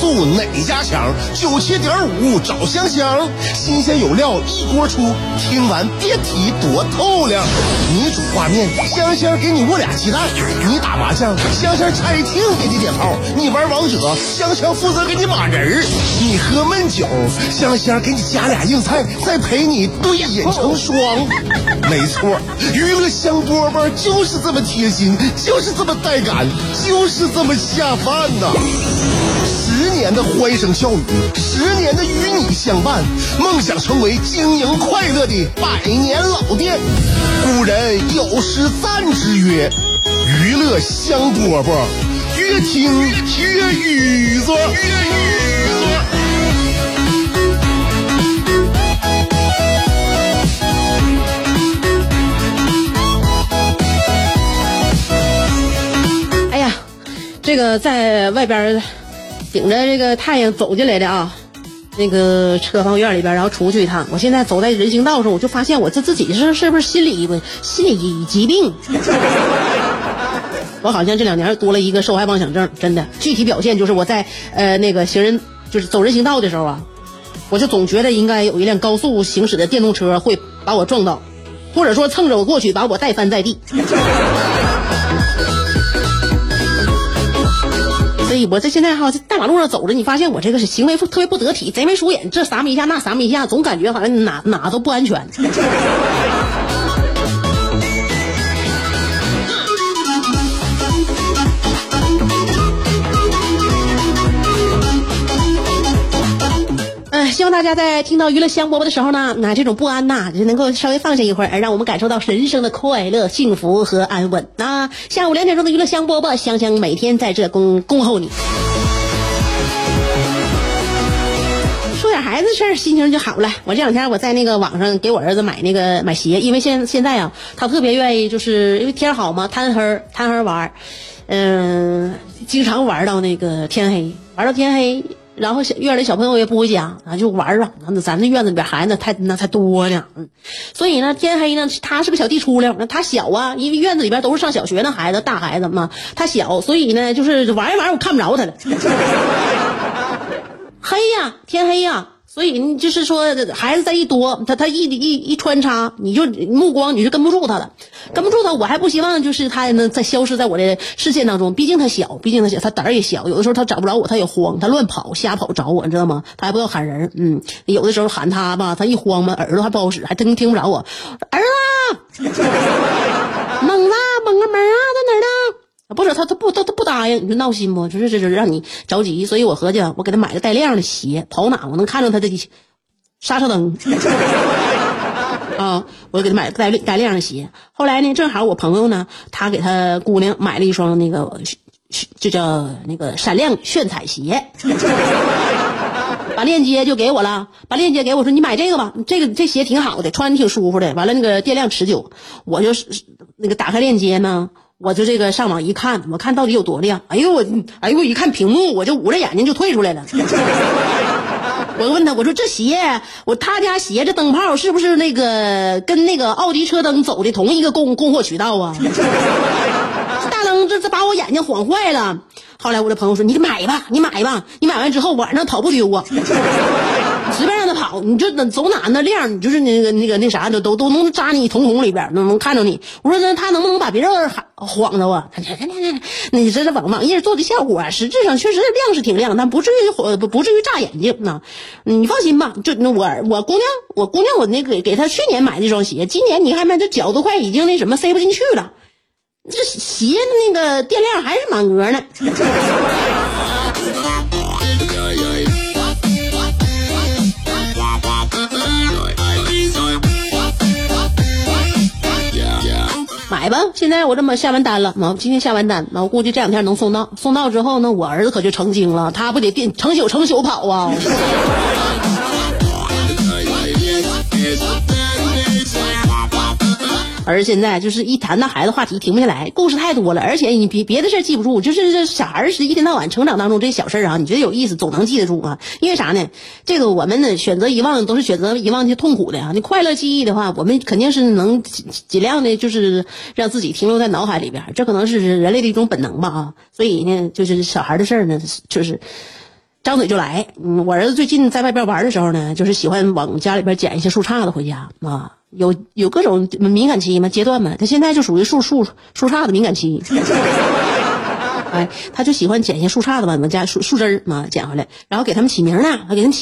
速哪家强？97.5找香香，新鲜有料一锅出，听完别提多透亮。你煮挂面，香香给你握俩鸡蛋；你打麻将，香香拆听给你点炮；你玩王者，香香负责给你码人儿；你喝闷酒，香香给你加俩硬菜，再陪你对饮成双。没错，娱乐香饽饽就是这么贴心，就是这么带感，就是这么下饭呐！10年的欢声笑语，10年的与你相伴，梦想成为经营快乐的100年老店。古人有诗赞之曰：娱乐香饽饽，越听越雨子。 哎呀，这个在外边顶着这个太阳走进来的啊，那个车房院里边，然后出去一趟。我现在走在人行道上，我就发现我自己是不是心理疾病？我好像这2年多了一个受害妄想症，真的。具体表现就是我在那个行人就是走人行道的时候啊，我就总觉得应该有一辆高速行驶的电动车会把我撞到，或者说蹭着我过去把我带翻在地。所以我这现在在大马路上走着，你发现我这个是行为特别不得体，贼眉鼠眼，这撒么一下那撒么一下，总感觉好像哪都不安全。希望大家在听到娱乐香饽饽的时候呢，这种不安就能够稍微放下一会儿，让我们感受到人生的快乐、幸福和安稳。那下午2点钟的娱乐香饽饽，香香每天在这恭候你。说点孩子事儿，心情就好了。我这2天我在那个网上给我儿子买鞋，因为现在啊，他特别愿意，就是因为天好嘛，贪黑玩，经常玩到那个天黑，玩到天黑。然后院里小朋友也不回家，就玩啊。咱这院子里边孩子太多了，所以呢，天黑呢，他是个小地出溜，他小啊，因为院子里边都是上小学的孩子，大孩子嘛，他小，所以呢，就是玩一玩，我看不着他了。黑呀，天黑呀。所以你就是说孩子再一多，他一穿插，你就目光你就跟不住他了，我还不希望就是他呢再消失在我的视线当中，毕竟他小，他胆儿也小，有的时候他找不着我，他也慌，他乱跑瞎跑找我，你知道吗？他还不要喊人，有的时候喊他吧，他一慌嘛，耳朵还不好使，还真听不着我，儿子，猛子，猛个门啊，在哪儿呢？不是他不答应，你说闹心不？就是让你着急，所以我合计我给他买个带亮的鞋，跑哪我能看着他的刹车灯啊！我给他买个带亮的鞋。后来呢，正好我朋友呢，他给他姑娘买了一双那个就叫那个闪亮炫彩鞋，把链接就给我了，说你买这个吧，这鞋挺好的，穿着挺舒服的，完了那个电量持久。我就是那个打开链接呢。我就这个上网一看，我看到底有多亮。哎呦我一看屏幕，我就捂着眼睛就退出来了。我问他，我说这鞋，他家鞋这灯泡是不是那个跟那个奥迪车灯走的同一个供货渠道啊？大灯这把我眼睛晃坏了。后来我的朋友说，你买吧，你买完之后晚上跑不丢啊。随便让他跑，你就走哪那亮，你就是那啥的都能扎你瞳孔里边，能看着你。我说他能不能把别人晃着啊？你这是网页做的效果啊，实质上确实亮是挺亮，但不至于炸眼睛呢。你放心吧，就我姑娘我那个给她去年买这双鞋，今年你看这脚都快已经那什么塞不进去了，这鞋的那个电量还是满格呢。买吧，现在我这么下完单了，今天下完单，我估计这2天能送到之后呢，我儿子可就成精了，他不得成宿跑啊。而现在就是一谈到孩子话题停不下来，故事太多了，而且你别的事记不住，就是这小孩是一天到晚成长当中这些小事啊，你觉得有意思总能记得住啊。因为啥呢？这个我们呢选择遗忘都是选择遗忘一些痛苦的啊。你快乐记忆的话，我们肯定是能尽量的，就是让自己停留在脑海里边，这可能是人类的一种本能吧啊。所以呢，就是小孩的事呢，就是张嘴就来。我儿子最近在外边玩的时候呢，就是喜欢往家里边捡一些树杈子回家啊，有各种敏感期嘛阶段嘛，他现在就属于树杈子敏感期。哎，他就喜欢捡一些树杈子吧，我们家树枝儿嘛捡回来，然后给他们起名呢，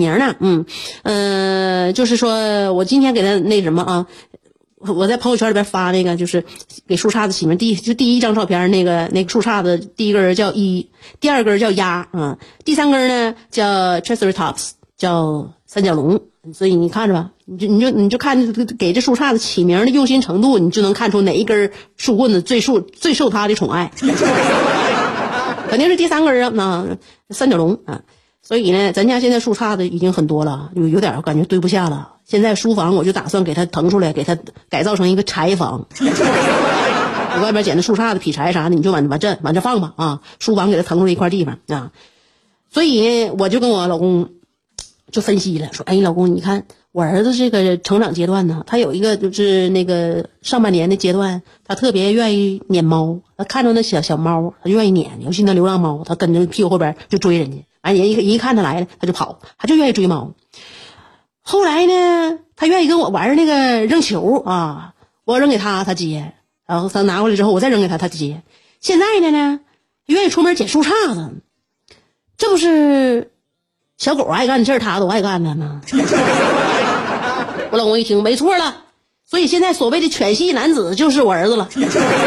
就是说我今天给他那什么啊，我在朋友圈里边发那个，就是给树杈子起名，第一张照片那个树杈子，第一根叫一，第二根叫鸭啊，第三根呢叫 Triceratops， 叫三角龙。所以你看着吧，你就看给这树杈子起名的用心程度，你就能看出哪一根树棍子最受他的宠爱。肯定是第三根啊，三角龙啊。所以呢，咱家现在树杈子已经很多了，有点感觉堆不下了。现在书房我就打算给它腾出来，给它改造成一个柴房。我外边捡的树杈子、劈柴啥的，你就往这放吧啊！书房给它腾出来一块地方啊。所以呢，我就跟我老公就分析了，说：“哎，老公，你看我儿子这个成长阶段呢，他有一个就是那个上半年的阶段，他特别愿意撵猫，他看着那小猫，他就愿意撵，尤其那流浪猫，他跟着屁股后边就追人家，完人一看他来了，他就跑，他就愿意追猫。后来呢，他愿意跟我玩那个扔球啊，我扔给他，他接，然后他拿过来之后，我再扔给他，他接。现在呢，愿意出门捡树杈子，这不是小狗爱干的事儿，他都爱干的吗？”我老公一听，没错了，所以现在所谓的犬系男子就是我儿子了。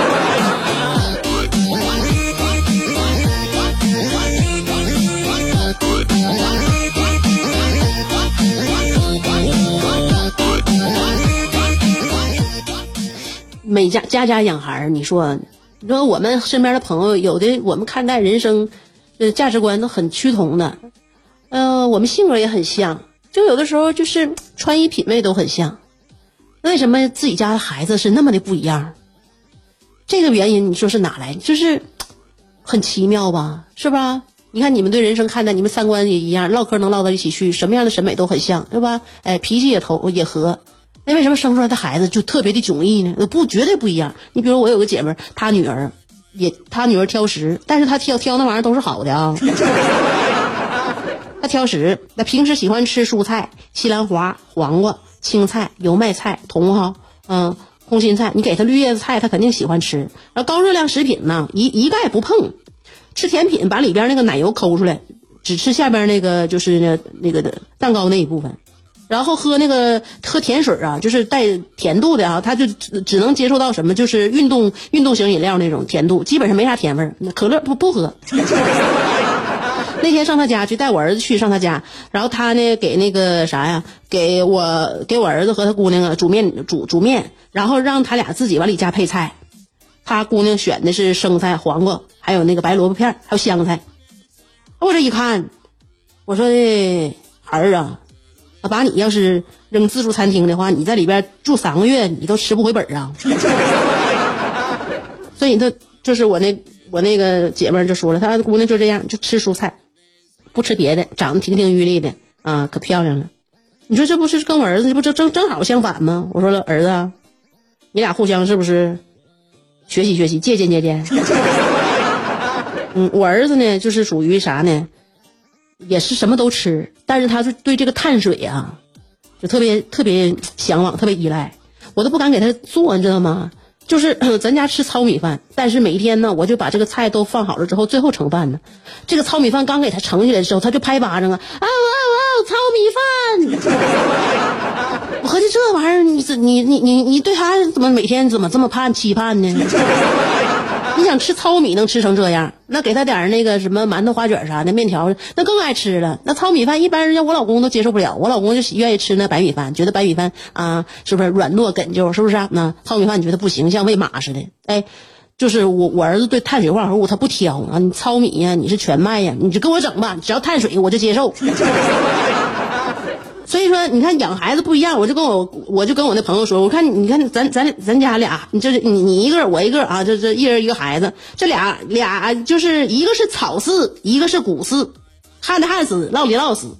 每家养孩儿，你说我们身边的朋友，有的我们看待人生价值观都很趋同的，我们性格也很像，就有的时候就是穿衣品味都很像，为什么自己家的孩子是那么的不一样？这个原因你说是哪来？就是很奇妙吧，是吧？你看你们对人生看待，你们三观也一样，唠嗑能唠到一起去，什么样的审美都很像，对吧？哎，脾气也合。那为什么生出来的孩子就特别的迥异呢？绝对不一样。你比如我有个姐妹儿，她女儿挑食，但是她挑那玩意儿都是好的啊。她挑食，她平时喜欢吃蔬菜，西兰花、黄瓜、青菜、油麦菜、茼蒿，空心菜，你给她绿叶子菜，她肯定喜欢吃。然后高热量食品呢，一概不碰。吃甜品，把里边那个奶油抠出来，只吃下边那个就是那个蛋糕那一部分。然后喝甜水啊，就是带甜度的啊，他就只能接受到什么，就是运动型饮料那种甜度，基本上没啥甜味儿。可乐不喝。那天上他家去，带我儿子去上他家，然后他呢给那个啥呀，给我儿子和他姑娘啊煮面，然后让他俩自己往里加配菜。他姑娘选的是生菜、黄瓜，还有那个白萝卜片，还有香菜。我这一看，我说儿啊，把你要是扔自助餐厅的话，你在里边住3个月，你都吃不回本啊。所以就是我那个姐妹儿就说了，她姑娘就这样，就吃蔬菜，不吃别的，长得亭亭玉立的啊，可漂亮了。你说这不是跟我儿子这不正好相反吗？我说了，儿子啊，你俩互相是不是学习学习，借鉴。我儿子呢就是属于啥呢，也是什么都吃，但是他是对这个碳水啊就特别向往，特别依赖，我都不敢给他做，你知道吗？就是咱家吃糙米饭，但是每一天呢我就把这个菜都放好了之后最后盛饭呢。这个糙米饭刚给他盛起来的时候，他就拍巴掌啊，糙米饭。我合计这玩意儿你对他怎么每天怎么这么期盼呢？你想吃糙米能吃成这样，那给他点那个什么馒头、花卷啥的面条，那更爱吃了。那糙米饭一般人家我老公都接受不了，我老公就愿意吃那白米饭，觉得白米饭啊是不是软糯哏啾，是不是啊？那糙米饭你觉得不行，像喂马似的。哎，就是我儿子对碳水化合物他不挑啊，你糙米呀，你是全麦呀，你就跟我整吧，只要碳水我就接受。所以说你看养孩子不一样，我就跟我那朋友说，我看你看咱家俩，就是你一个我一个啊，这一人一个孩子，这俩就是一个是草饲，一个是谷饲，旱的旱死，涝的涝死。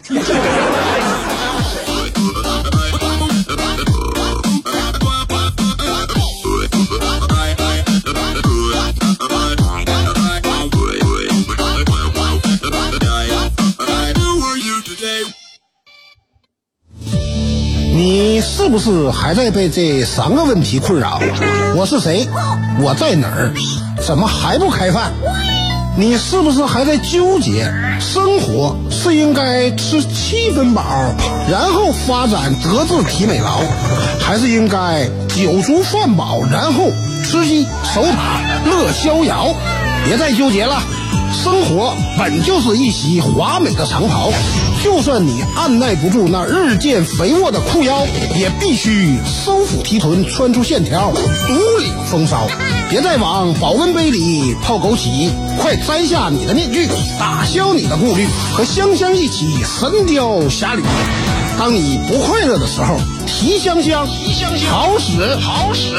不是还在被这3个问题困扰？我是谁？我在哪儿？怎么还不开饭？你是不是还在纠结生活是应该吃7分饱，然后发展德智体美劳，还是应该酒足饭饱，然后吃鸡守塔乐逍遥？别再纠结了，生活本就是一袭华美的长袍，就算你按耐不住那日渐肥沃的裤腰，也必须收腹提臀，穿出线条，独领风骚。别再往保温杯里泡枸杞，快摘下你的面具，打消你的顾虑，和香香一起神雕侠侣。当你不快乐的时候，提香香，好使好使。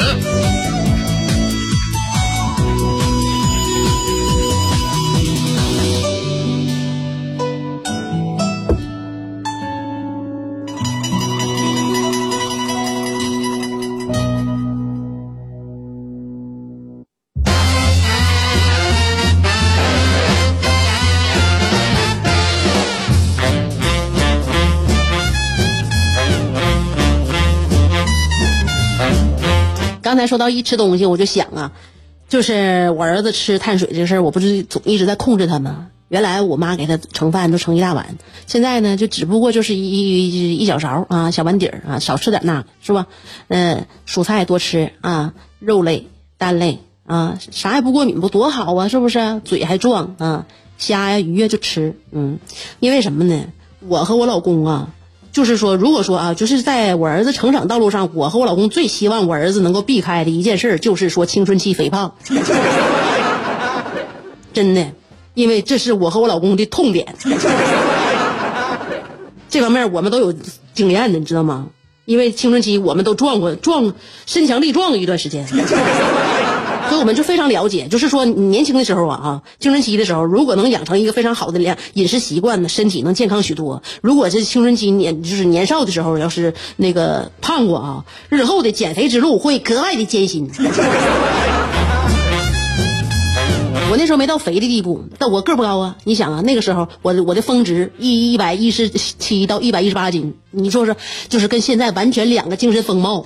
刚才说到一吃东西，我就想啊，就是我儿子吃碳水这个事儿，我不是总一直在控制他吗？原来我妈给他盛饭都盛一大碗，现在呢就只不过就是一小勺啊，小碗底儿啊，少吃点那个是吧？蔬菜多吃啊，肉类、蛋类啊，啥也不过敏，不多好啊，是不是？嘴还壮啊，虾呀、鱼呀就吃，因为什么呢？我和我老公啊。就是说，如果说啊，就是在我儿子成长道路上，我和我老公最希望我儿子能够避开的一件事，就是说青春期肥胖。真的，因为这是我和我老公的痛点。这方面我们都有经验的，你知道吗？因为青春期我们都身强力壮一段时间。所以我们就非常了解，就是说你年轻的时候青春期的时候，如果能养成一个非常好的饮食习惯呢，身体能健康许多。如果是青春期就是年少的时候，要是那个胖过日后的减肥之路会格外的艰辛。我那时候没到肥的地步，但我个不高啊。你想啊，那个时候我的峰值117到118斤，你说说，就是跟现在完全两个精神风貌。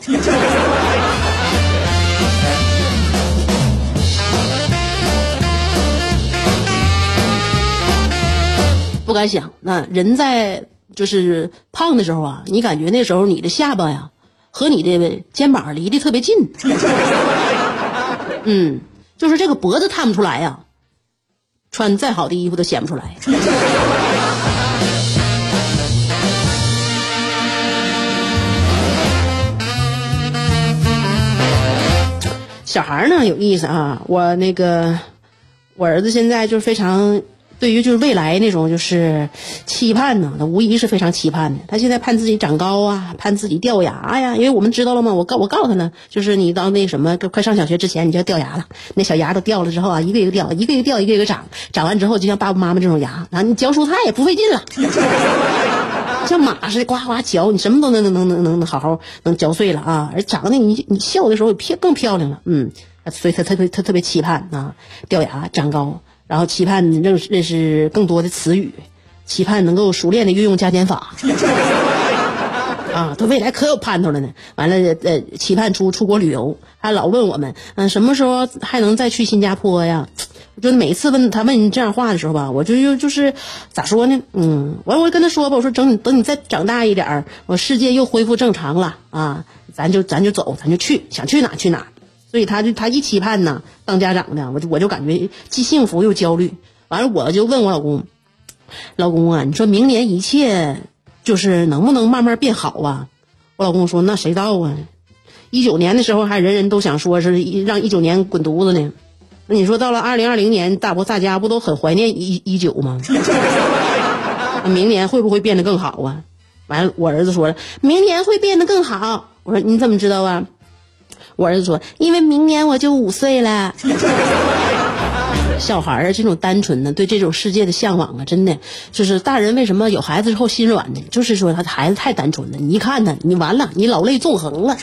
不敢想，那人在就是胖的时候啊，你感觉那时候你的下巴呀和你的肩膀离得特别近。就是这个脖子探不出来呀，穿再好的衣服都显不出来。小孩呢有意思啊，我儿子现在就是非常对于就是未来那种就是期盼呢，他无疑是非常期盼的。他现在盼自己长高啊，盼自己掉牙呀，因为我们知道了嘛，我告诉他呢，就是你到那什么快上小学之前你就要掉牙了，那小牙都掉了之后啊，一个一个掉，一个一个掉，一个一个长，长完之后就像爸爸妈妈这种牙，然后你嚼蔬菜也不费劲了。像马似的呱呱嚼，你什么都能好好能嚼碎了啊！而长得你笑的时候更漂亮了，所以他特别期盼啊，掉牙长高。然后期盼认识更多的词语，期盼能够熟练的运用加减法。他未来可有盼头了呢。完了期盼出国旅游，还老问我们什么时候还能再去新加坡呀？我觉得每次问你这样话的时候吧，我就是咋说呢？我跟他说吧，我说等你再长大一点，我世界又恢复正常了啊，咱就走，咱就去，想去哪去哪。所以他一期盼呢，当家长的，我就感觉既幸福又焦虑。完了我就问我老公啊，你说明年一切就是能不能慢慢变好啊？我老公说那谁道啊，19年的时候还人人都想说是让19年滚犊子呢，那你说到了2020年大家不都很怀念19吗？明年会不会变得更好啊？完了我儿子说了，明年会变得更好。我说你怎么知道啊？我儿子说因为明年我就5岁了。小孩这种单纯的对这种世界的向往啊，真的就是大人为什么有孩子之后心软呢？就是说他孩子太单纯了，你一看呢，你完了，你老泪纵横了。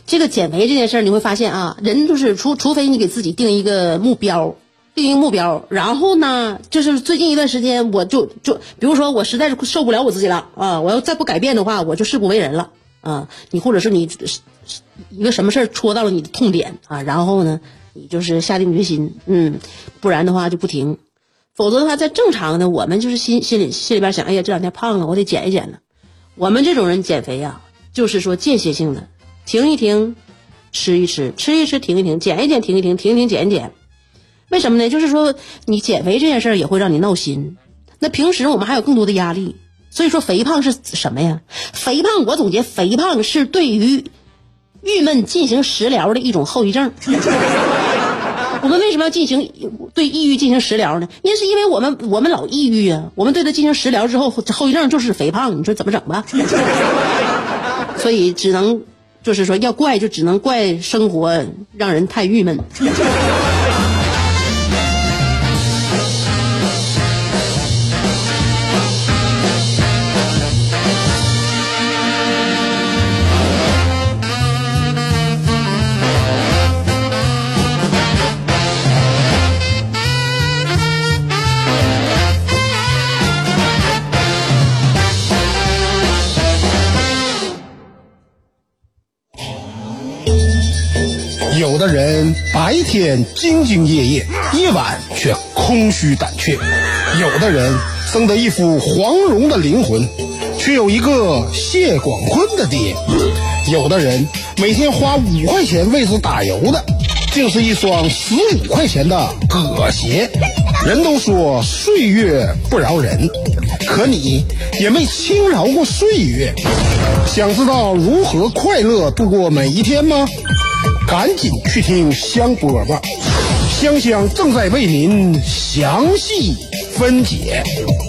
这个减肥这件事儿，你会发现啊，人就是除非你给自己定一个目标，然后呢，就是最近一段时间，我就比如说我实在是受不了我自己了啊，我要再不改变的话，我就誓不为人了啊。你或者是你一个什么事儿戳到了你的痛点啊，然后呢，你就是下定决心，不然的话就不停。否则的话，在正常的我们就是心里边想，哎呀，这两天胖了，我得减一减了。我们这种人减肥啊，就是说间歇性的，停一停，吃一吃，停一停，减一减，停一停，减一减。为什么呢？就是说你减肥这件事儿也会让你闹心。那平时我们还有更多的压力，所以说肥胖是什么呀？肥胖，我总结，肥胖是对于郁闷进行食疗的一种后遗症。我们为什么要对抑郁进行食疗呢？是因为我们老抑郁啊，我们对它进行食疗之后，后遗症就是肥胖，你说怎么整吧？所以只能就是说要怪就只能怪生活让人太郁闷。 有的人白天兢兢业业，夜晚却空虚胆怯；有的人生得一副黄蓉的灵魂，却有一个谢广坤的爹；有的人每天花5块钱为之打油的，竟是一双15块钱的葛鞋。人都说岁月不饶人，可你也没轻饶过岁月。想知道如何快乐度过每一天吗？赶紧去听香饽饽，香香正在为您详细分解。